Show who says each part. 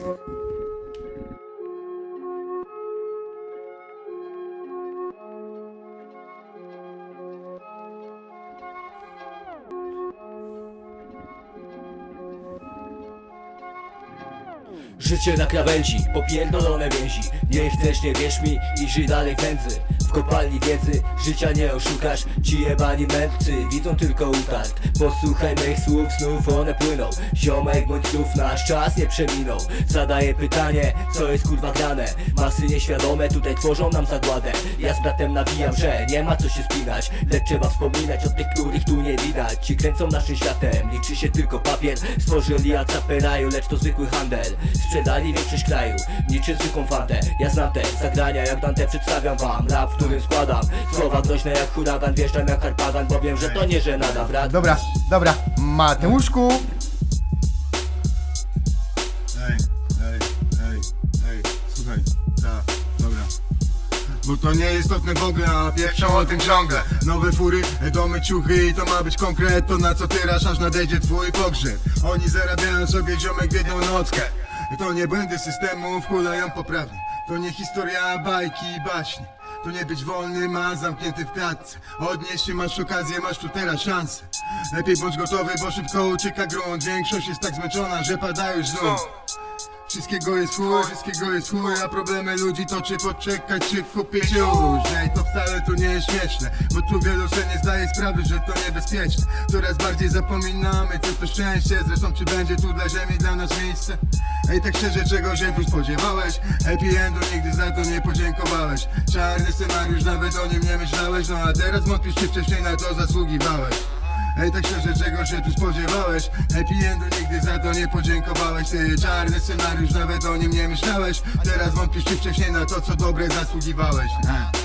Speaker 1: Życie na krawędzi, popierdolone więzi. Nie chcesz, nie wierz mi i żyj dalej w nędzy. W kopalni wiedzy, życia nie oszukasz. Ci jebani mędrcy widzą tylko utarg. Posłuchaj moich słów, znów one płyną. Ziomek bądź znów nasz czas nie przeminął. Zadaję pytanie, co jest kurwa grane. Masy nieświadome tutaj tworzą nam zagładę. Ja z bratem nawijam, że nie ma co się spinać. Lecz trzeba wspominać o tych, których tu nie widać. Ci kręcą naszym światem, liczy się tylko papier. Stworzyli atapę raju, lecz to zwykły handel. Sprzedali większość kraju, niczym zwykłą fantę. Ja znam te zagrania, jak Dante przedstawiam wam rap, w którym składam słowa groźne jak huragan. Wjeżdżam jak harpagan, bo wiem, że to nie żenada, brat.
Speaker 2: Dobra, Mateuszku.
Speaker 3: Słuchaj, dobra. Bo to nie jest istotne w ogóle, a pieprzą o tym ciągle. Nowe fury, domy, ciuchy i to ma być konkret. To na co tyrasz, aż nadejdzie twój pogrzeb. Oni zarabiają sobie ziomek w jedną nockę. To nie błędy systemu wkulają poprawnie. To nie historia, bajki i baśnie. To nie być wolnym, a zamknięty w klatce. Odnieś się, masz okazję, masz tu teraz szansę. Lepiej bądź gotowy, bo szybko ucieka grunt. Większość jest tak zmęczona, że pada już znów. Wszystkiego jest chuj, a problemy ludzi to czy poczekać, czy kupić już. Ej, to wcale tu nie jest śmieszne, bo tu wielu sobie nie zdaje sprawy, że to niebezpieczne. Coraz bardziej zapominamy, co to szczęście. Zresztą czy będzie tu dla ziemi, dla nas miejsce? Ej, tak szczerze, czego się tu spodziewałeś? Happy endu nigdy za to nie podziękowałeś. Czarny scenariusz, nawet o nim nie myślałeś. No a teraz wątpisz, czy wcześniej na to zasługiwałeś. Ej, tak szczerze, czego się tu spodziewałeś? Happy endu nigdy za to nie podziękowałeś. Ty czarny scenariusz, nawet o nim nie myślałeś. Teraz wątpisz, czy wcześniej na to, co dobre zasługiwałeś.